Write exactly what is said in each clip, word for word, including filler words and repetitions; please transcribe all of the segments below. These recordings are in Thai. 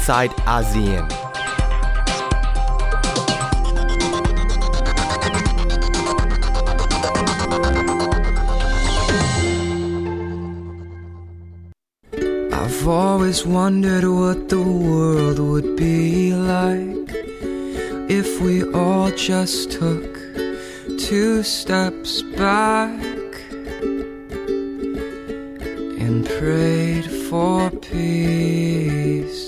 Inside อาเซียน I've always wondered what the world would be like if we all just took two steps back and prayed for peace.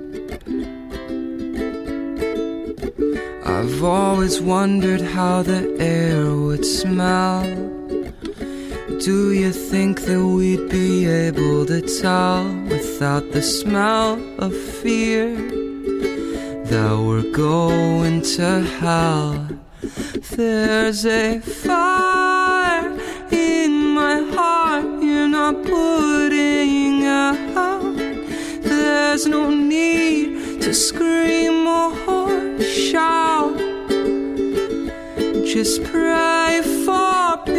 I've always wondered how the air would smell.Do you think that we'd be able to tell without the smell of fear that we're going to hell? There's a fire in my heart you're not putting out. There's no need to scream or shout. Just pray for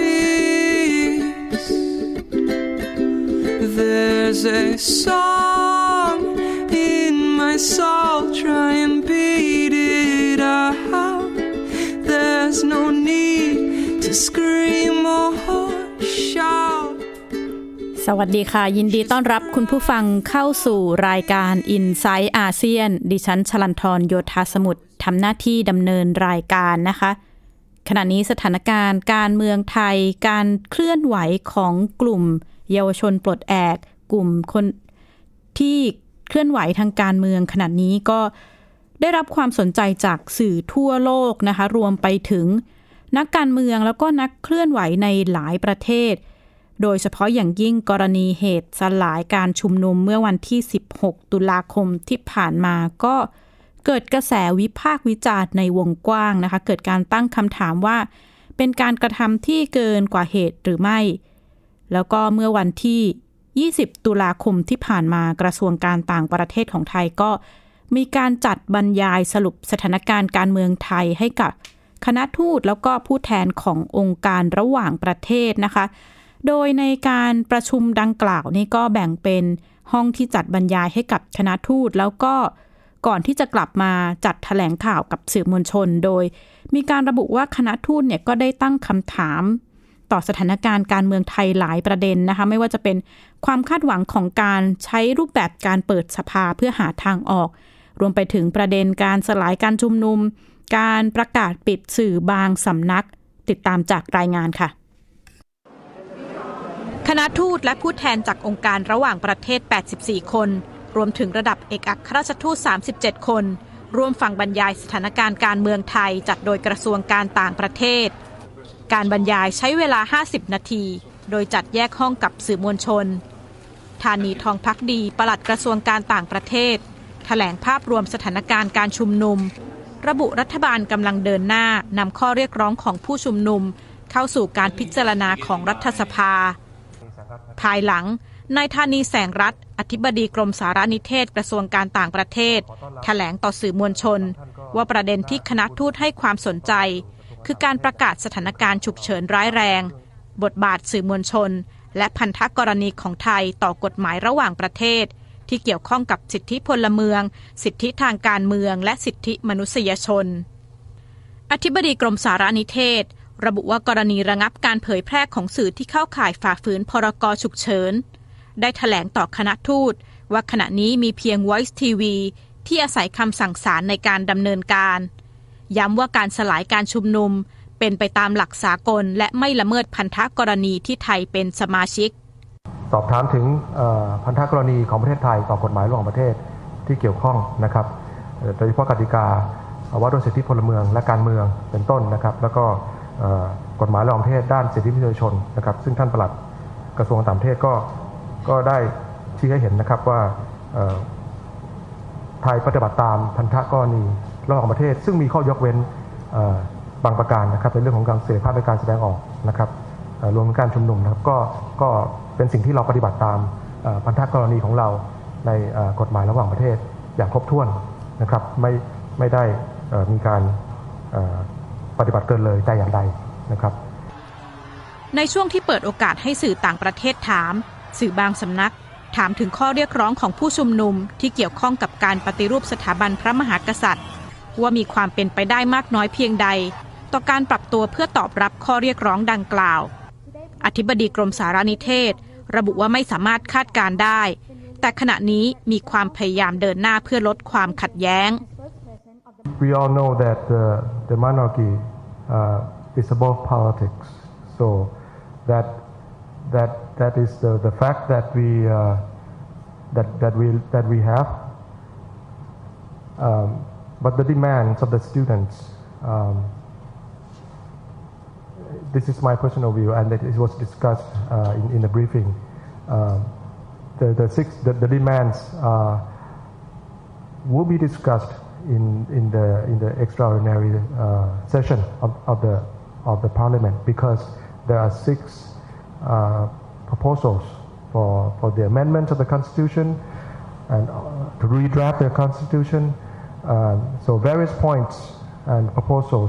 peace.There's a song in my soul, try and beat it out. There's no need to scream or shout. สวัสดีค่ะยินดีต้อนรับคุณผู้ฟังเข้าสู่รายการ Inside อาเซียนดิฉันชลันทรโยธาสมุทรทำหน้าที่ดำเนินรายการนะคะขณะนี้สถานการณ์การเมืองไทยการเคลื่อนไหวของกลุ่มเยาวชนปลดแอกกลุ่มคนที่เคลื่อนไหวทางการเมืองขณะนี้ก็ได้รับความสนใจจากสื่อทั่วโลกนะคะรวมไปถึงนักการเมืองแล้วก็นักเคลื่อนไหวในหลายประเทศโดยเฉพาะอย่างยิ่งกรณีเหตุสลายการชุมนุมเมื่อวันที่สิบหกตุลาคมที่ผ่านมาก็เกิดกระแสวิพากษ์วิจารณ์ในวงกว้างนะคะเกิดการตั้งคำถามว่าเป็นการกระทำที่เกินกว่าเหตุหรือไม่แล้วก็เมื่อวันที่ยี่สิบตุลาคมที่ผ่านมากระทรวงการต่างประเทศของไทยก็มีการจัดบรรยายสรุปสถานการณ์การเมืองไทยให้กับคณะทูตแล้วก็ผู้แทนขององค์การระหว่างประเทศนะคะโดยในการประชุมดังกล่าวนี่ก็แบ่งเป็นห้องที่จัดบรรยายให้กับคณะทูตแล้วก็ก่อนที่จะกลับมาจัดแถลงข่าวกับสื่อมวลชนโดยมีการระบุว่าคณะทูตเนี่ยก็ได้ตั้งคำถามต่อสถานการณ์การเมืองไทยหลายประเด็นนะคะไม่ว่าจะเป็นความคาดหวังของการใช้รูปแบบการเปิดสภาเพื่อหาทางออกรวมไปถึงประเด็นการสลายการชุมนุมการประกาศปิดสื่อบางสำนักติดตามจากรายงานค่ะคณะทูตและผู้แทนจากองค์การระหว่างประเทศแปดสิบสี่คนรวมถึงระดับเอกอัครราชทูตสามสิบเจ็ดคนร่วมฟังบรรยายสถานการณ์การเมืองไทยจัดโดยกระทรวงการต่างประเทศการบรรยายใช้เวลาห้าสิบนาทีโดยจัดแยกห้องกับสื่อมวลชนธานีทองภักดีปลัดกระทรวงการต่างประเทศแถลงภาพรวมสถานการณ์การชุมนุมระบุรัฐบาลกำลังเดินหน้านำข้อเรียกร้องของผู้ชุมนุมเข้าสู่การพิจารณาของรัฐสภาภายหลังนายธานีแสงรัตน์อธิบดีกรมสารนิเทศกระทรวงการต่างประเทศแถลงต่อสื่อมวลชนว่าประเด็นที่คณะทูตให้ความสนใจคือการประกาศสถานการณ์ฉุกเฉินร้ายแรงบทบาทสื่อมวลชนและพันธกรณีของไทยต่อกฎหมายระหว่างประเทศที่เกี่ยวข้องกับสิทธิพลเมืองสิทธิทางการเมืองและสิทธิมนุษยชนอธิบดีกรมสารนิเทศระบุว่ากรณีระงับการเผยแพร่ของสื่อที่เข้าข่ายฝ่าฝืนพรก.ฉุกเฉินได้แถลงต่อคณะทูตว่าขณะนี้มีเพียง Voice ที วี ที่อาศัยคำสั่งศาลในการดำเนินการย้ำว่าการสลายการชุมนุมเป็นไปตามหลักสากลและไม่ละเมิดพันธกรณีที่ไทยเป็นสมาชิกสอบถามถึงพันธกรณีของประเทศไทยต่อกฎหมายระหว่างประเทศที่เกี่ยวข้องนะครับโดยเฉพาะกติกาว่าด้วยสิทธิพลเมืองและการเมืองเป็นต้นนะครับแล้วก็กฎหมายระหว่างประเทศด้านสิทธิมนุษยชนนะครับซึ่งท่านปลัดกระทรวงต่างประเทศก็ก็ได้ชี้ให้เห็นนะครับว่าไทยปฏิบัติตามพันธกรณีระหว่างประเทศซึ่งมีข้อยกเว้นบางประการนะครับในเรื่องของการเสรีภาพในการแสดงออกนะครับรวมถึงการชุมนุมนะครับก็ก็เป็นสิ่งที่เราปฏิบัติตามพันธกรณีของเราในกฎหมายระหว่างประเทศอย่างครบถ้วนนะครับไม่ไม่ได้มีการปฏิบัติเกินเลยแต่อย่างใดนะครับในช่วงที่เปิดโอกาสให้สื่อต่างประเทศถามสื่อบางสำนักถามถึงข้อเรียกร้องของผู้ชุมนุมที่เกี่ยวข้องกับการปฏิรูปสถาบันพระมหากษัตริย์ว่ามีความเป็นไปได้มากน้อยเพียงใดต่อการปรับตัวเพื่อตอบรับข้อเรียกร้องดังกล่าวอธิบดีกรมสารนิเทศระบุว่าไม่สามารถคาดการณ์ได้แต่ขณะนี้มีความพยายามเดินหน้าเพื่อลดความขัดแย้ง We all know that the, the monarchy uh, is above politics, so that that that is the, the fact that we uh, that that we that we have. Um, but the demands of the students. Um, this is my personal view, and it was discussed uh, in, in the briefing. Uh, the the six the, the demands uh, will be discussed in in the in the extraordinary uh, session of, of the of the parliament because there are six uh, proposals for for the amendment of the constitution and uh, to redraft the constitution. Uh, so various points and proposals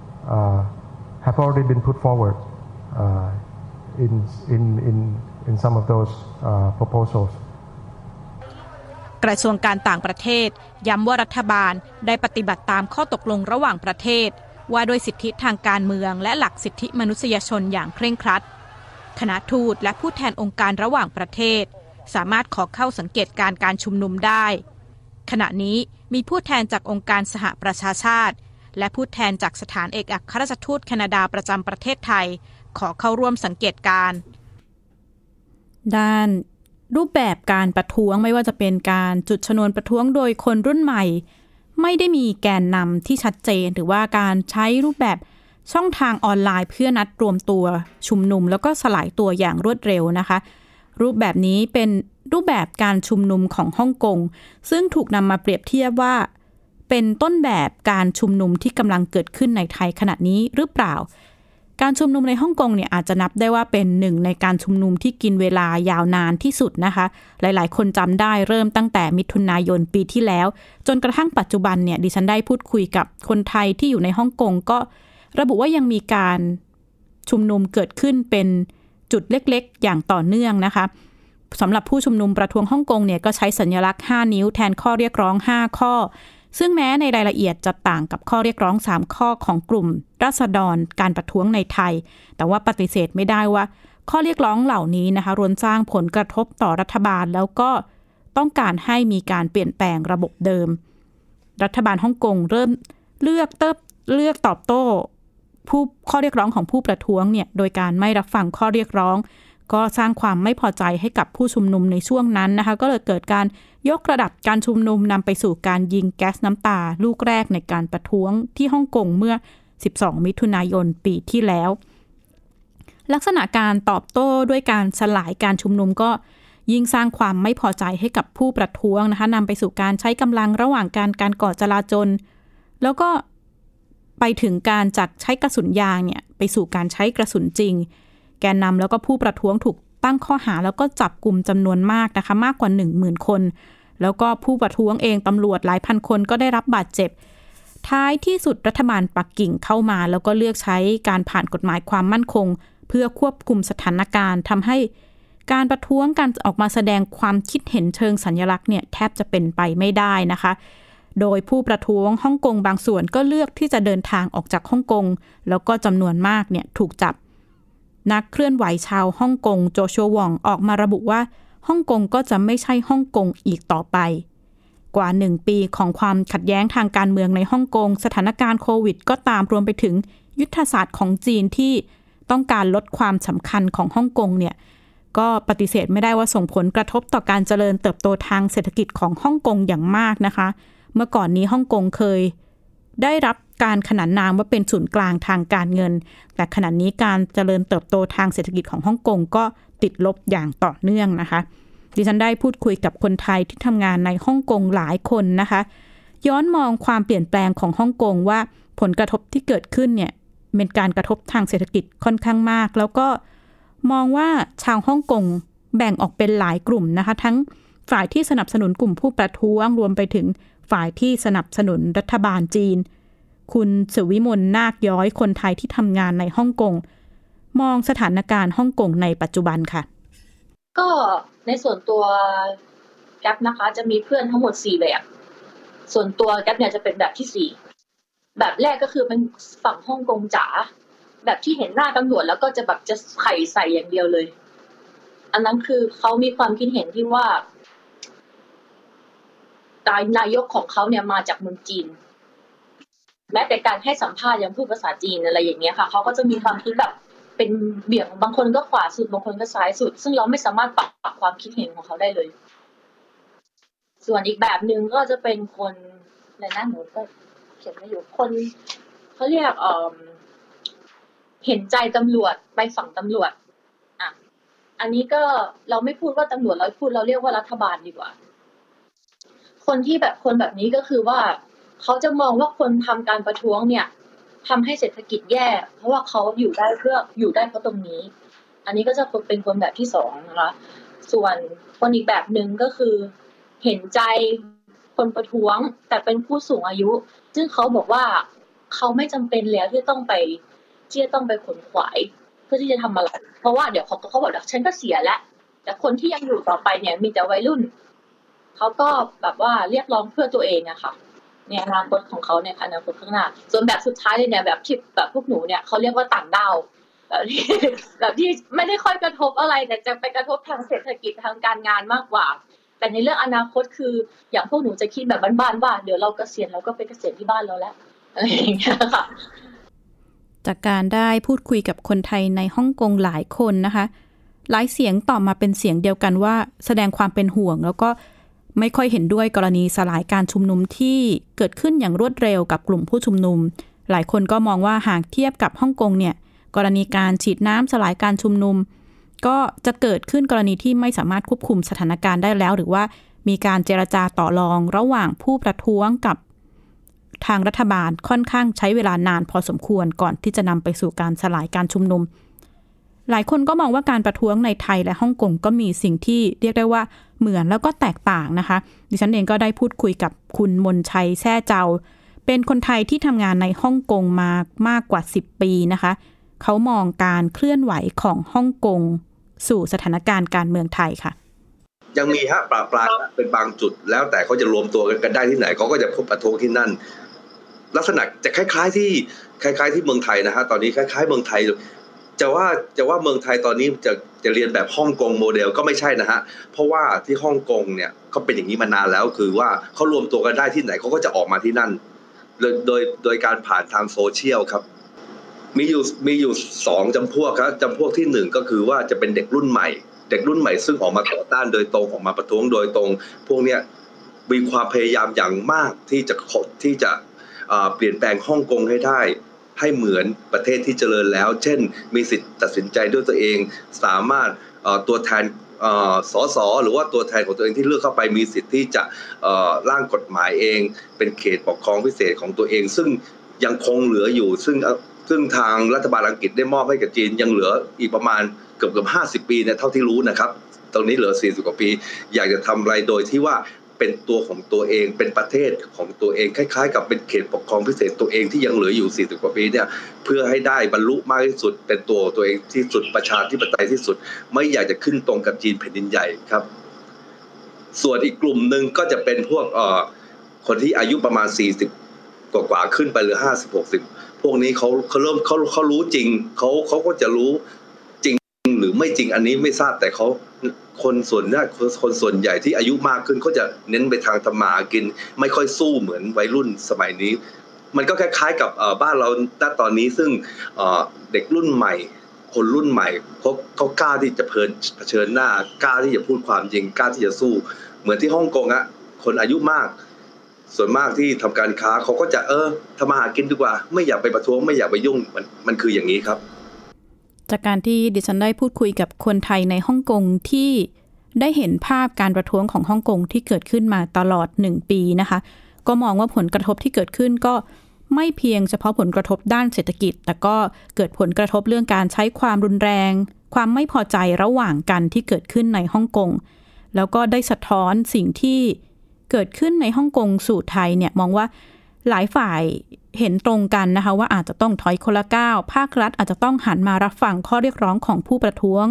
uh, have already been put forward uh, in in in in some of those uh, proposals. กระทรวงการต่างประเทศย้ำว่ารัฐบาลได้ปฏิบัติตามข้อตกลงระหว่างประเทศว่าด้วยสิทธิทางการเมืองและหลักสิทธิมนุษยชนอย่างเคร่งครัดคณะทูตและผู้แทนองค์การระหว่างประเทศสามารถขอเข้าสังเกตการณ์การชุมนุมได้ขณะนี้มีผู้แทนจากองค์การสหประชาชาติและผู้แทนจากสถานเอกอัครราชทูตแคนาดาประจำประเทศไทยขอเข้าร่วมสังเกตการณ์ด้านรูปแบบการประท้วงไม่ว่าจะเป็นการจุดชนวนประท้วงโดยคนรุ่นใหม่ไม่ได้มีแกนนำที่ชัดเจนหรือว่าการใช้รูปแบบช่องทางออนไลน์เพื่อนัดรวมตัวชุมนุมแล้วก็สลายตัวอย่างรวดเร็วนะคะรูปแบบนี้เป็นรูปแบบการชุมนุมของฮ่องกงซึ่งถูกนำมาเปรียบเทียบว่าเป็นต้นแบบการชุมนุมที่กำลังเกิดขึ้นในไทยขณะนี้หรือเปล่าการชุมนุมในฮ่องกงเนี่ยอาจจะนับได้ว่าเป็นหนึ่งในการชุมนุมที่กินเวลายาวนานที่สุดนะคะหลายๆคนจำได้เริ่มตั้งแต่มิถุนายนปีที่แล้วจนกระทั่งปัจจุบันเนี่ยดิฉันได้พูดคุยกับคนไทยที่อยู่ในฮ่องกงก็ระบุว่ายังมีการชุมนุมเกิดขึ้นเป็นจุดเล็กๆอย่างต่อเนื่องนะคะสำหรับผู้ชุมนุมประท้วงฮ่องกงเนี่ยก็ใช้สัญลักษณ์ห้านิ้วแทนข้อเรียกร้องห้าข้อซึ่งแม้ในรายละเอียดจะต่างกับข้อเรียกร้องสามข้อของกลุ่มราษฎรการประท้วงในไทยแต่ว่าปฏิเสธไม่ได้ว่าข้อเรียกร้องเหล่านี้นะคะล้วนสร้างผลกระทบต่อรัฐบาลแล้วก็ต้องการให้มีการเปลี่ยนแปลงระบบเดิมรัฐบาลฮ่องกงเริ่มเลือกเติบเลือกตอบโต้ผู้ข้อเรียกร้องของผู้ประท้วงเนี่ยโดยการไม่รับฟังข้อเรียกร้องก็สร้างความไม่พอใจให้กับผู้ชุมนุมในช่วงนั้นนะคะก็เลยเกิดการยกระดับการชุมนุมนำไปสู่การยิงแก๊สน้ำตาลูกแรกในการประท้วงที่ฮ่องกงเมื่อสิบสองมิถุนายนปีที่แล้วลักษณะการตอบโต้ด้วยการสลายการชุมนุมก็ยิ่งสร้างความไม่พอใจให้กับผู้ประท้วงนะคะนำไปสู่การใช้กำลังระหว่างการการก่อจลาจลแล้วก็ไปถึงการจากใช้กระสุนยางเนี่ยไปสู่การใช้กระสุนจริงแกนนำแล้วก็ผู้ประท้วงถูกตั้งข้อหาแล้วก็จับกุมจำนวนมากนะคะมากกว่า หนึ่งหมื่น คนแล้วก็ผู้ประท้วงเองตำรวจหลายพันคนก็ได้รับบาดเจ็บท้ายที่สุดรัฐบาลปักกิ่งเข้ามาแล้วก็เลือกใช้การผ่านกฎหมายความมั่นคงเพื่อควบคุมสถานการณ์ทำให้การประท้วงการออกมาแสดงความคิดเห็นเชิงสัญลักษณ์เนี่ยแทบจะเป็นไปไม่ได้นะคะโดยผู้ประท้วงฮ่องกงบางส่วนก็เลือกที่จะเดินทางออกจากฮ่องกงแล้วก็จำนวนมากเนี่ยถูกจับนักเคลื่อนไหวชาวฮ่องกงโจชัววองออกมาระบุว่าฮ่องกงก็จะไม่ใช่ฮ่องกงอีกต่อไปกว่าหนึ่งปีของความขัดแย้งทางการเมืองในฮ่องกงสถานการณ์โควิดก็ตามรวมไปถึงยุทธศาสตร์ของจีนที่ต้องการลดความสำคัญของฮ่องกงเนี่ยก็ปฏิเสธไม่ได้ว่าส่งผลกระทบต่อการเจริญเติบโตทางเศรษฐกิจของฮ่องกงอย่างมากนะคะเมื่อก่อนนี้ฮ่องกงเคยได้รับการขนานนามว่าเป็นศูนย์กลางทางการเงินแต่ขณะนี้การเจริญเติบโตทางเศรษฐกิจของฮ่องกงก็ติดลบอย่างต่อเนื่องนะคะดิฉันได้พูดคุยกับคนไทยที่ทำงานในฮ่องกงหลายคนนะคะย้อนมองความเปลี่ยนแปลงของฮ่องกงว่าผลกระทบที่เกิดขึ้นเนี่ยเป็นการกระทบทางเศรษฐกิจค่อนข้างมากแล้วก็มองว่าชาวฮ่องกงแบ่งออกเป็นหลายกลุ่มนะคะทั้งฝ่ายที่สนับสนุนกลุ่มผู้ประท้วงรวมไปถึงฝ่ายที่สนับสนุนรัฐบาลจีนคุณสุวิมลนาคย้อยคนไทยที่ทำงานในฮ่องกงมองสถานการณ์ฮ่องกงในปัจจุบันค่ะก็ในส่วนตัวแก๊ปนะคะจะมีเพื่อนทั้งหมดสี่แบบส่วนตัวแก๊ปเนี่ยจะเป็นแบบที่สี่แบบแรกก็คือเป็นฝั่งฮ่องกงจ๋าแบบที่เห็นหน้าตำรวจแล้วก็จะแบบจะไข่ใส่อย่างเดียวเลยอันนั้นคือเขามีความคิดเห็นที่ว่านายกของเขาเนี่ยมาจากเมืองจีนแม้แต่การให้สัมภาษณ์ยังพูดภาษาจีนอะไรอย่างเงี้ยค่ะเขาก็จะมีความคิดแบบเป็นเบี่ยงบางคนก็ขวาสุดบางคนก็ซ้ายสุดซึ่งเราไม่สามารถปรับความคิดเห็นของเขาได้เลยส่วนอีกแบบนึงก็จะเป็นคนอะไรนะหนูก็เขียนไม่อยู่คนเขาเรียกเอ่อเห็นใจตำรวจไปฝั่งตำรวจอ่ะอันนี้ก็เราไม่พูดว่าตำรวจเราพูดเราเรียกว่ารัฐบาลดีกว่าคนที่แบบคนแบบนี้ก็คือว่าเขาจะมองว่าคนทำการประท้วงเนี่ยทำให้เศรษฐกิจแย่เพราะว่าเขาอยู่ได้เพื่ออยู่ได้เพราะตรงนี้อันนี้ก็จะเป็นคนแบบที่สองนะคะส่วนคนอีกแบบนึงก็คือเห็นใจคนประท้วงแต่เป็นผู้สูงอายุซึ่งเขาบอกว่าเขาไม่จำเป็นแล้วที่ต้องไปที่จะต้องไปขนขวายเพื่อที่จะทำอะไรเพราะว่าเดี๋ยวเขาเขาบอกฉันก็เสียแล้วแต่คนที่ยังอยู่ต่อไปเนี่ยมีแต่วัยรุ่นเขาก็แบบว่าเรียกร้องเพื่อตัวเองอะค่ะเนี่ยอนาคตของเขาในอนาคตข้างหน้าส่วนแบบสุดท้ายเลยเนี่ยแบบที่แบบพวกหนูเนี่ยเขาเรียกว่าต่างดาวแบบที่แบบที่ไม่ได้ค่อยกระทบอะไรแต่จะไปกระทบทางเศรษฐกิจทางการงานมากกว่าแต่ในเรื่องอนาคตคืออย่างพวกหนูจะคิดแบบบ้านๆว่าเดี๋ยวเราเกษียณเราก็ไปเกษียณที่บ้านเราแล้วอะไรอย่างเงี้ยค่ะจากการได้พูดคุยกับคนไทยในฮ่องกงหลายคนนะคะหลายเสียงตอบมาเป็นเสียงเดียวกันว่าแสดงความเป็นห่วงแล้วก็ไม่ค่อยเห็นด้วยกรณีสลายการชุมนุมที่เกิดขึ้นอย่างรวดเร็วกับกลุ่มผู้ชุมนุมหลายคนก็มองว่าหากเทียบกับฮ่องกงเนี่ยกรณีการฉีดน้ำสลายการชุมนุมก็จะเกิดขึ้นกรณีที่ไม่สามารถควบคุมสถานการณ์ได้แล้วหรือว่ามีการเจรจาต่อรองระหว่างผู้ประท้วงกับทางรัฐบาลค่อนข้างใช้เวลานานพอสมควรก่อนที่จะนำไปสู่การสลายการชุมนุมหลายคนก็มองว่าการประท้วงในไทยและฮ่องกงก็มีสิ่งที่เรียกได้ว่าเหมือนแล้วก็แตกต่างนะคะดิฉันเองก็ได้พูดคุยกับคุณมนชัยแซ่เจ้าเป็นคนไทยที่ทำงานในฮ่องกงมามากกว่าสิบปีนะคะเขามองการเคลื่อนไหวของฮ่องกงสู่สถานการณ์การเมืองไทยค่ะยังมีฮะปราบปรามเป็นบางจุดแล้วแต่เขาจะรวมตัวกันได้ที่ไหนเขาก็จะพบประท้วงที่นั่นลักษณะจะคล้ายๆที่คล้ายๆที่เมืองไทยนะฮะตอนนี้คล้ายๆเมืองไทยจะว่าจะว่าเมืองไทยตอนนี้จะจะเรียนแบบฮ่องกงโมเดลก็ไม่ใช่นะฮะเพราะว่าที่ฮ่องกงเนี่ยเขาเป็นอย่างนี้มานานแล้วคือว่าเขารวมตัวกันได้ที่ไหนเขาก็จะออกมาที่นั่นโดยโดยโดยการผ่านทางโซเชียลครับมีอยู่มีอยู่สองจำพวกครับจำพวกที่หนึ่งก็คือว่าจะเป็นเด็กรุ่นใหม่เด็กรุ่นใหม่ซึ่งออกมาต่อต้านโดยตรงออกมาประท้วงโดยตรงพวกเนี้ยมีความพยายามอย่างมากที่จะที่จะเปลี่ยนแปลงฮ่องกงให้ได้ให้เหมือนประเทศที่เจริญแล้วเช่นมีสิทธิ์ตัดสินใจด้วยตัวเองสามารถตัวแทนสสหรือว่าตัวแทนของตัวเองที่เลือกเข้าไปมีสิทธิ์ที่จะร่างกฎหมายเองเป็นเขตปกครองพิเศษของตัวเองซึ่งยังคงเหลืออยู่ซึ่งซึ่งทางรัฐบาลอังกฤษได้มอบให้กับจีนยังเหลืออีกประมาณเกือบเกือบห้าสิบปีเนี่ยเท่าที่รู้นะครับตรงนี้เหลือสี่สิบกว่าปีอยากจะทำอะไรโดยที่ว่าเป็นตัวของตัวเองเป็นประเทศของตัวเองคล้ายๆกับเป็นเขตปกครองพิเศษตัวเองที่ยังเหลืออยู่สี่สิบกว่าปีเนี่ยเพื่อให้ได้บรรลุมากที่สุดเป็นตัวตัวเองที่สุดประชาธิปไตยที่สุดไม่อยากจะขึ้นตรงกับจีนแผ่นดินใหญ่ครับส่วนอีกกลุ่มนึงก็จะเป็นพวกเอ่อคนที่อายุประมาณสี่สิบกว่าๆขึ้นไปหรือห้าสิบ หกสิบพวกนี้เขาเขาเริ่มเขาเขารู้จริงเขาเขาก็จะรู้จริงหรือไม่จริงอันนี้ไม่ทราบแต่เขาคนส่วนใหญ่คนส่วนใหญ่ที่อายุมากขึ้นเขาจะเน้นไปทางทำมาหากินไม่ค่อยสู้เหมือนวัยรุ่นสมัยนี้มันก็คล้ายๆกับบ้านเราณตอนนี้ซึ่งเด็กรุ่นใหม่คนรุ่นใหม่เขาเขากล้าที่จะเผชิญหน้ากล้าที่จะพูดความจริงกล้าที่จะสู้เหมือนที่ฮ่องกงอะคนอายุมากส่วนมากที่ทำการค้าเขาก็จะเออทำมาหากินดีกว่าไม่อยากไปประท้วงไม่อยากไปยุ่งมันมันคืออย่างนี้ครับจากการที่ดิฉันได้พูดคุยกับคนไทยในฮ่องกงที่ได้เห็นภาพการประท้วงของฮ่องกงที่เกิดขึ้นมาตลอดหนึ่งปีนะคะก็มองว่าผลกระทบที่เกิดขึ้นก็ไม่เพียงเฉพาะผลกระทบด้านเศรษฐกิจแต่ก็เกิดผลกระทบเรื่องการใช้ความรุนแรงความไม่พอใจระหว่างกันที่เกิดขึ้นในฮ่องกงแล้วก็ได้สะท้อนสิ่งที่เกิดขึ้นในฮ่องกงสู่ไทยเนี่ยมองว่าหลายฝ่ายเห็นตรงกันนะคะว่าอาจจะต้องถอยคนละก้าวภาครัฐอาจจะต้องหันมารับฟังข้อเรียกร้องของผู้ประท้วง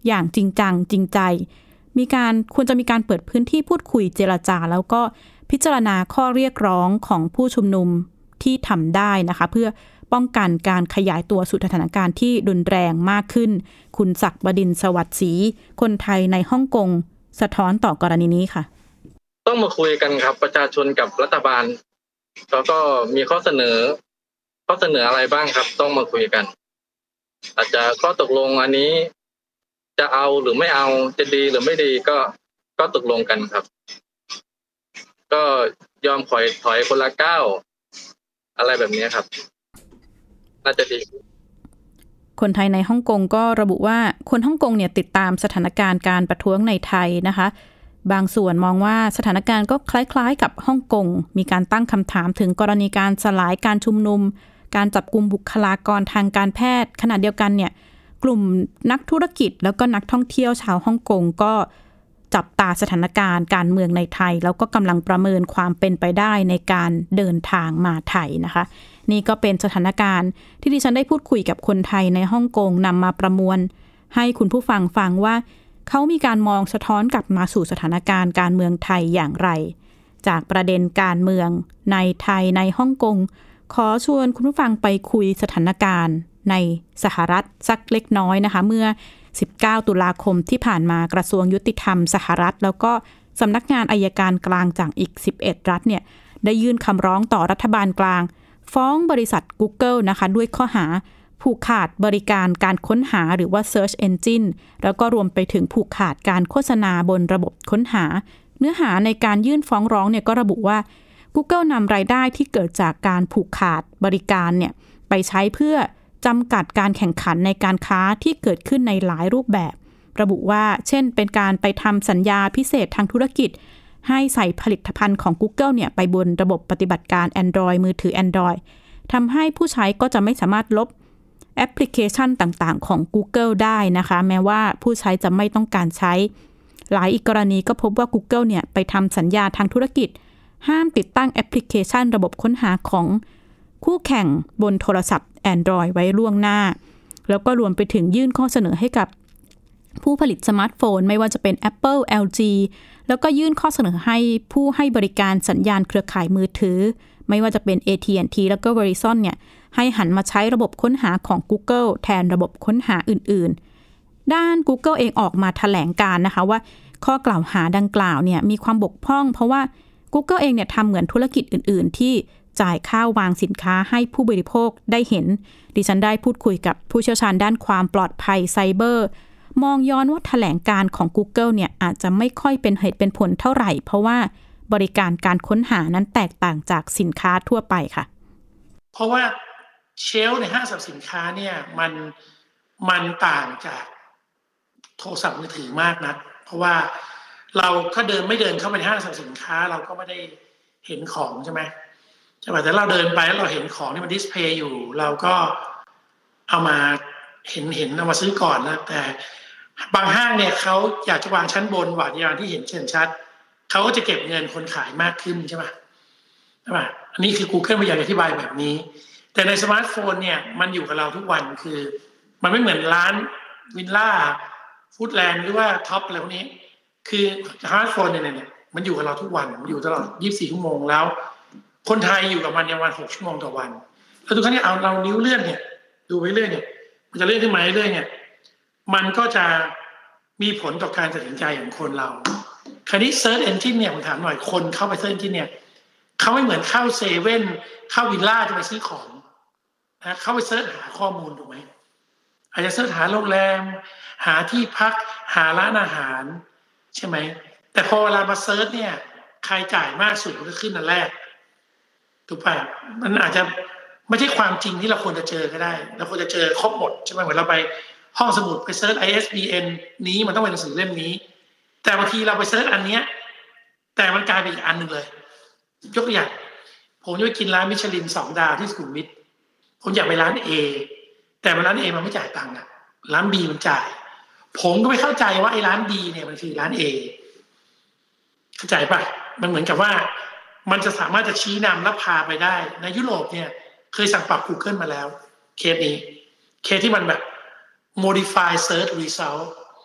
อย่างจริงจังจริงใจมีการควรจะมีการเปิดพื้นที่พูดคุยเจรจาแล้วก็พิจารณาข้อเรียกร้องของผู้ชุมนุมที่ทำได้นะคะเพื่อป้องกันการขยายตัวสู่สถานการณ์ที่รุนแรงมากขึ้นคุณศักดิ์บดินทร์สวัสดิ์ศรีคนไทยในฮ่องกงสะท้อนต่อกรณีนี้ค่ะต้องมาคุยกันครับประชาชนกับรัฐบาลแล้วก็มีข้อเสนอข้อเสนออะไรบ้างครับต้องมาคุยกันอาจจะข้อตกลงอันนี้จะเอาหรือไม่เอาจะดีหรือไม่ดีก็ก็ตกลงกันครับก็ยอมถอยถอยคนละก้าวอะไรแบบนี้ครับน่าจะดีคนไทยในฮ่องกงก็ระบุว่าคนฮ่องกงเนี่ยติดตามสถานการณ์การประท้วงในไทยนะคะบางส่วนมองว่าสถานการณ์ก็คล้ายๆกับฮ่องกงมีการตั้งคำถามถึงกรณีการสลายการชุมนุมการจับกุมบุคลากรทางการแพทย์ขณะเดียวกันเนี่ยกลุ่มนักธุรกิจแล้วก็นักท่องเที่ยวชาวฮ่องกงก็จับตาสถานการณ์การเมืองในไทยแล้วก็กำลังประเมินความเป็นไปได้ในการเดินทางมาไทยนะคะนี่ก็เป็นสถานการณ์ที่ดิฉันได้พูดคุยกับคนไทยในฮ่องกงนำมาประมวลให้คุณผู้ฟังฟังว่าเขามีการมองสะท้อนกลับมาสู่สถานการณ์การเมืองไทยอย่างไรจากประเด็นการเมืองในไทยในฮ่องกงขอชวนคุณผู้ฟังไปคุยสถานการณ์ในสหรัฐสักเล็กน้อยนะคะเมื่อสิบเก้าตุลาคมที่ผ่านมากระทรวงยุติธรรมสหรัฐแล้วก็สำนักงานอัยการกลางจากอีกสิบเอ็ดรัฐเนี่ยได้ยื่นคำร้องต่อรัฐบาลกลางฟ้องบริษัท Google นะคะด้วยข้อหาผูกขาดบริการการค้นหาหรือว่า Search Engine แล้วก็รวมไปถึงผูกขาดการโฆษณาบนระบบค้นหาเนื้อหาในการยื่นฟ้องร้องเนี่ยก็ระบุว่า Google นำรายได้ที่เกิดจากการผูกขาดบริการเนี่ยไปใช้เพื่อจำกัดการแข่งขันในการค้าที่เกิดขึ้นในหลายรูปแบบระบุว่าเช่นเป็นการไปทำสัญญาพิเศษทางธุรกิจให้ใส่ผลิตภัณฑ์ของ Google เนี่ยไปบนระบบปฏิบัติการ Android มือถือ Android ทำให้ผู้ใช้ก็จะไม่สามารถลบแอปพลิเคชันต่างๆของ Google ได้นะคะแม้ว่าผู้ใช้จะไม่ต้องการใช้หลายอีกกรณีก็พบว่า Google เนี่ยไปทำสัญญาทางธุรกิจห้ามติดตั้งแอปพลิเคชันระบบค้นหาของคู่แข่งบนโทรศัพท์ Android ไว้ล่วงหน้าแล้วก็รวมไปถึงยื่นข้อเสนอให้กับผู้ผลิตสมาร์ทโฟนไม่ว่าจะเป็น Apple แอล จี แล้วก็ยื่นข้อเสนอให้ผู้ให้บริการสัญญาณเครือข่ายมือถือไม่ว่าจะเป็น เอ ที แอนด์ ที แล้วก็ Verizon เนี่ยให้หันมาใช้ระบบค้นหาของ Google แทนระบบค้นหาอื่นๆด้าน Google เองออกมาแถลงการนะคะว่าข้อกล่าวหาดังกล่าวเนี่ยมีความบกพร่องเพราะว่า Google เองเนี่ยทำเหมือนธุรกิจอื่นๆที่จ่ายค่าวางสินค้าให้ผู้บริโภคได้เห็นดิฉันได้พูดคุยกับผู้เชี่ยวชาญด้านความปลอดภัยไซเบอร์มองย้อนว่าแถลงการของ Google เนี่ยอาจจะไม่ค่อยเป็นเหตุเป็นผลเท่าไหร่เพราะว่าบริการการค้นหานั้นแตกต่างจากสินค้าทั่วไปค่ะเพราะว่าเชลฟ์ในห้างสรรพสินค้าเนี่ยมันมันต่างจากโทรศัพท์มือถือมากนะเพราะว่าเราถ้าเดินไม่เดินเข้าไปในห้างสรรพสินค้าเราก็ไม่ได้เห็นของใช่ไหมใช่ป่ะแต่เราเดินไปแล้วเราเห็นของที่มันดิสเพลย์อยู่เราก็เอามาเห็นเห็นเอามาซื้อก่อนนะแต่บางห้างเนี่ยเขาอยากจะวางชั้นบนหวาดยานที่เห็นเช่นชัดเขาก็จะเก็บเงินคนขายมากขึ้นใช่ป่ะใช่ป่ะอันนี้คือ Google พยายามอธิบายแบบนี้แต่ในสมาร์ทโฟนเนี่ยมันอยู่กับเราทุกวันคือมันไม่เหมือนร้านวิลล่าฟู้ดแลนด์หรือว่าท็อปอะไรพวกนี้คือสมาร์ทโฟนเนี่ยเนี่ยมันอยู่กับเราทุกวันมันอยู่ตลอดยี่สิบสี่ชั่วโมงแล้วคนไทยอยู่กับมันประมาณหกชั่วโมงต่อวันแล้วทุกครั้งที่เอาเรานิ้วเลื่อนเนี่ยดูไปเรื่อยเนี่ยมันจะเลื่อนขึ้นมาเรื่อยเนี่ยมันก็จะมีผลต่อการตัดสินใจของคนเราคราวนี้ Search Engine เนี่ยผมถามหน่อยคนเข้าไป Search Engine เนี่ยเขาไม่เหมือนเข้าเซเว่นเข้าวิลล่าจะไปซื้อของนะเข้าไปเสิร์ชหาข้อมูลถูกไหมอาจจะเสิร์ชหาโรงแรมหาที่พักหาร้านอาหารใช่ไหมแต่พอเวลามาเสิร์ชเนี่ยใครจ่ายมากสุดมันก็ขึ้นอันแรกถูกป่ะมันอาจจะไม่ใช่ความจริงที่เราควรจะเจอก็ได้เราควรจะเจอครบหมดใช่ไหมเหมือนเราไปห้องสมุดไปเสิร์ช ไอ เอส บี เอ็น นี้มันต้องเป็นหนังสือเล่มนี้แต่บางทีเราไปเสิร์ชอันเนี้ยแต่มันกลายเป็นอีกอันนึงเลยยกตัวอย่างผมจะไปกินร้านมิชลินสองดาวที่สุขุมวิทผมอยากไปร้าน A แต่ร้าน A มันไม่จ่ายตังค์อ่ะร้าน B มันจ่ายผมก็ไม่เข้าใจว่าไอ้ร้าน B เนี่ยมันคือร้าน A เข้าใจป่ะมันเหมือนกับว่ามันจะสามารถจะชี้นำและพาไปได้ในยุโรปเนี่ยเคยสั่งปรับ Google มาแล้วเคสนี้เคสที่มันแบบ modify search result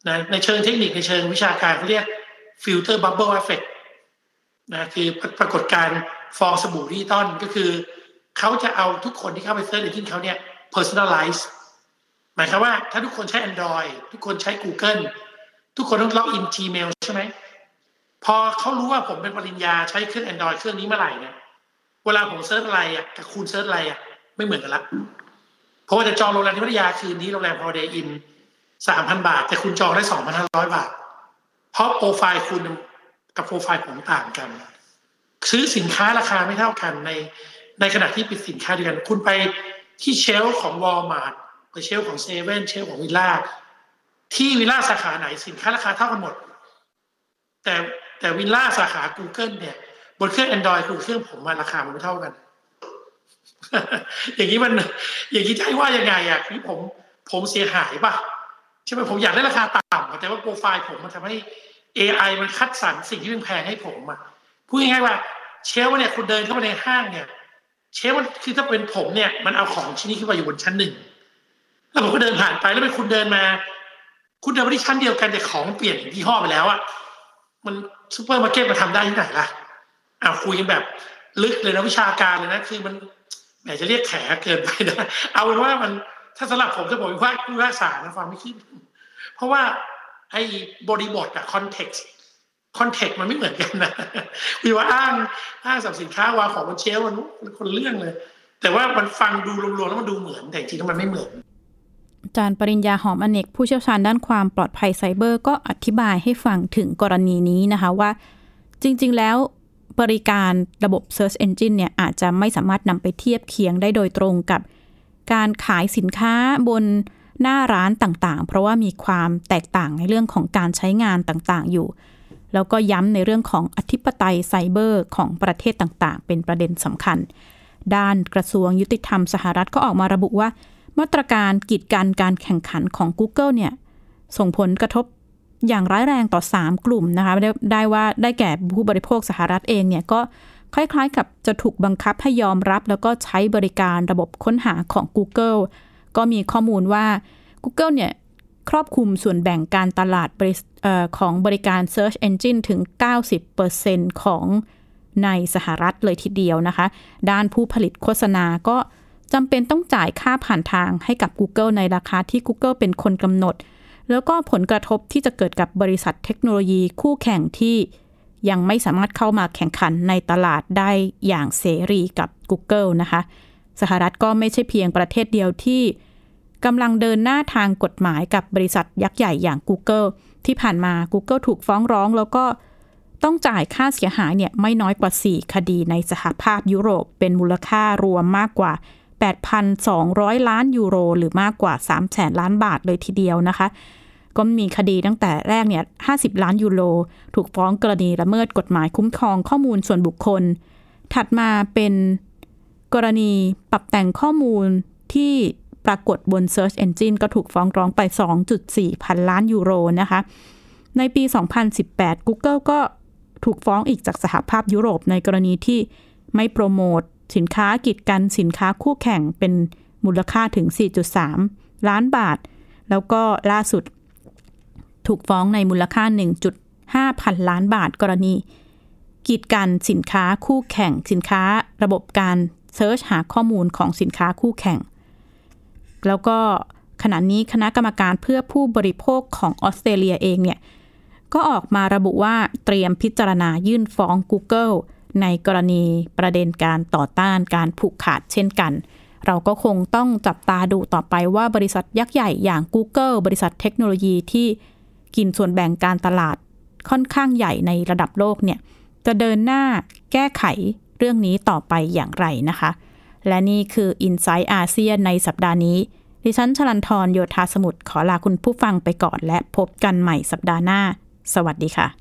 นะในเชิงเทคนิคในเชิงวิชาการเขาเรียก filter bubble effect นะคือปรากฏการณ์ฟองสบู่ดิจิตอลก็คือเขาจะเอาทุกคนที่เข้าไปเซิร์ชในที่เขาเนี่ย personalize หมายความว่าถ้าทุกคนใช้ Android ทุกคนใช้ Google ทุกคนต้องล็อกอิน Gmail ใช่ไหมพอเขารู้ว่าผมเป็นปริญญาใช้เครื่อง Android เครื่องนี้เมื่อไหร่เนี่ยเวลาผมเซิร์ชอะไรอ่ะกับคุณเซิร์ชอะไรอ่ะไม่เหมือนกันละเพราะว่าจะจองโรงแรมที่พัทยาคืนนี้โรงแรม Holiday Inn สามพัน บาทแต่คุณจองได้ สองพันห้าร้อย บาทเพราะโปรไฟล์คุณกับโปรไฟล์ผมต่างกันซื้อสินค้าราคาไม่เท่ากันในในขณะที่เป็นสินค้าเดียวกันคุณไปที่เชลฟ์ของ Walmart ไปเชลฟ์ของ เซเว่น เชลฟ์ของวิลล่าที่วิลล่าสาขาไหนสินค้าราคาเท่ากันหมดแต่แต่วิลล่าสาขา Google เนี่ยบนเครื่อง Android คือเครื่องผมราคามันไม่เท่ากัน อย่างนี้มันอย่างนี้จะให้ว่ายังไงอ่ะคือผมผมเสียหายป่ะใช่ไหมผมอยากได้ราคาต่ำแต่ว่าโปรไฟล์ผมมันทำให้ เอ ไอ มันคัดสรรสิ่งที่แพงให้ผมอ่ะพูดง่ายๆว่าเชลฟ์เนี่ยคุณเดินเข้ามาในห้างเนี่ยเชฟมันคือถ้าเป็นผมเนี่ยมันเอาของชิ้นนี้ขึ้นมาอยู่บนชั้นหนึ่งแล้วผมก็เดินผ่านไปแล้วเป็นคุณเดินมาคุณเดินมาที่ชั้นเดียวกันแต่ของเปลี่ยนยี่ห้อไปแล้วอะมันซูเปอร์มาร์เก็ตมาทำได้ที่ไหนล่ะอ้าวคุยกันแบบลึกเลยนะวิชาการเลยนะคือมันแหมจะเรียกแขกเกินไปนะเอาเป็นว่ามันถ้าสำหรับผมจะบอกว่าผู้ว่าสารนะฟังไม่ขึ้นเพราะว่าไอ้บริบทอะคอนเท็กซ์คอนเทกต์มันไม่เหมือนกันนะวิว่าอ้างอ้างสรรพสินค้าวางของบนเชลฟ์มันคนเรื่องเลยแต่ว่ามันฟังดูรวมๆแล้วมันดูเหมือนแต่จริงๆแล้วมันไม่เหมือนอาจารย์ปริญญาหอมอเนกผู้เชี่ยวชาญด้านความปลอดภัยไซเบอร์ก็อธิบายให้ฟังถึงกรณีนี้นะคะว่าจริงๆแล้วบริการระบบ Search Engine เนี่ยอาจจะไม่สามารถนำไปเทียบเคียงได้โดยตรงกับการขายสินค้าบนหน้าร้านต่างๆเพราะว่ามีความแตกต่างในเรื่องของการใช้งานต่างๆอยู่แล้วก็ย้ำในเรื่องของอธิปไตยไซเบอร์ของประเทศต่างๆเป็นประเด็นสำคัญด้านกระทรวงยุติธรรมสหรัฐก็ออกมาระบุว่ามาตรการกีดกันการแข่งขันของ Google เนี่ยส่งผลกระทบอย่างร้ายแรงต่อสามกลุ่มนะคะได้ได้ว่าได้แก่ผู้บริโภคสหรัฐเองเนี่ยก็คล้ายๆกับจะถูกบังคับให้ยอมรับแล้วก็ใช้บริการระบบค้นหาของ Google ก็มีข้อมูลว่า Google เนี่ยครอบคลุมส่วนแบ่งการตลาดเอ่อของบริการ Search Engine ถึง เก้าสิบเปอร์เซ็นต์ ของในสหรัฐเลยทีเดียวนะคะด้านผู้ผลิตโฆษณาก็จำเป็นต้องจ่ายค่าผ่านทางให้กับ Google ในราคาที่ Google เป็นคนกำหนดแล้วก็ผลกระทบที่จะเกิดกับบริษัทเทคโนโลยีคู่แข่งที่ยังไม่สามารถเข้ามาแข่งขันในตลาดได้อย่างเสรีกับ Google นะคะสหรัฐก็ไม่ใช่เพียงประเทศเดียวที่กำลังเดินหน้าทางกฎหมายกับบริษัทยักษ์ใหญ่อย่าง Google ที่ผ่านมา Google ถูกฟ้องร้องแล้วก็ต้องจ่ายค่าเสียหายเนี่ยไม่น้อยกว่าสี่คดีในสหภาพยุโรปเป็นมูลค่ารวมมากกว่า แปดพันสองร้อย ล้านยูโรหรือมากกว่า สามแสน ล้านบาทเลยทีเดียวนะคะก็มีคดีตั้งแต่แรกเนี่ยห้าสิบล้านยูโรถูกฟ้องกรณีละเมิดกฎหมายคุ้มครองข้อมูลส่วนบุคคลถัดมาเป็นกรณีปรับแต่งข้อมูลที่ปรากฏบน Search Engine ก็ถูกฟ้องร้องไป สองจุดสี่ พันล้านยูโรนะคะในปี สองพันสิบแปด Google ก็ถูกฟ้องอีกจากสหภาพยุโรปในกรณีที่ไม่โปรโมทสินค้ากีดกันสินค้าคู่แข่งเป็นมูลค่าถึง สี่จุดสาม ล้านบาทแล้วก็ล่าสุดถูกฟ้องในมูลค่า หนึ่งจุดห้า พันล้านบาทกรณีกีดกันสินค้าคู่แข่งสินค้าระบบการเซิร์ชหาข้อมูลของสินค้าคู่แข่งแล้วก็ขณะนี้คณะกรรมการเพื่อผู้บริโภคของออสเตรเลียเองเนี่ยก็ออกมาระบุว่าเตรียมพิจารณายื่นฟ้อง Google ในกรณีประเด็นการต่อต้านการผูกขาดเช่นกันเราก็คงต้องจับตาดูต่อไปว่าบริษัทยักษ์ใหญ่อย่าง Google บริษัทเทคโนโลยีที่กินส่วนแบ่งการตลาดค่อนข้างใหญ่ในระดับโลกเนี่ยจะเดินหน้าแก้ไขเรื่องนี้ต่อไปอย่างไรนะคะและนี่คือ Insight อาเซียนในสัปดาห์นี้ดิฉันชลันทรโยธาสมุทรขอลาคุณผู้ฟังไปก่อนและพบกันใหม่สัปดาห์หน้าสวัสดีค่ะ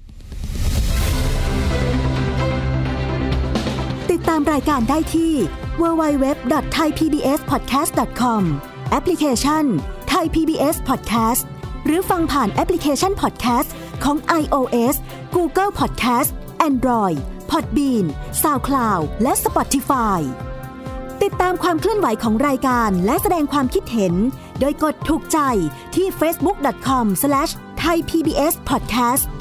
ติดตามรายการได้ที่ ดับเบิลยู ดับเบิลยู ดับเบิลยู ดอท ไทย พี บี เอส พอดแคสต์ ดอท คอม แอปพลิเคชัน Thai พี บี เอส Podcast หรือฟังผ่านแอปพลิเคชัน Podcast ของ iOS Google Podcast Android Podbean SoundCloud และ Spotify ติดตามความเคลื่อนไหวของรายการและแสดงความคิดเห็นโดยกดถูกใจที่ เฟซบุ๊ก ดอท คอม สแลชไทย พี บี เอส Podcast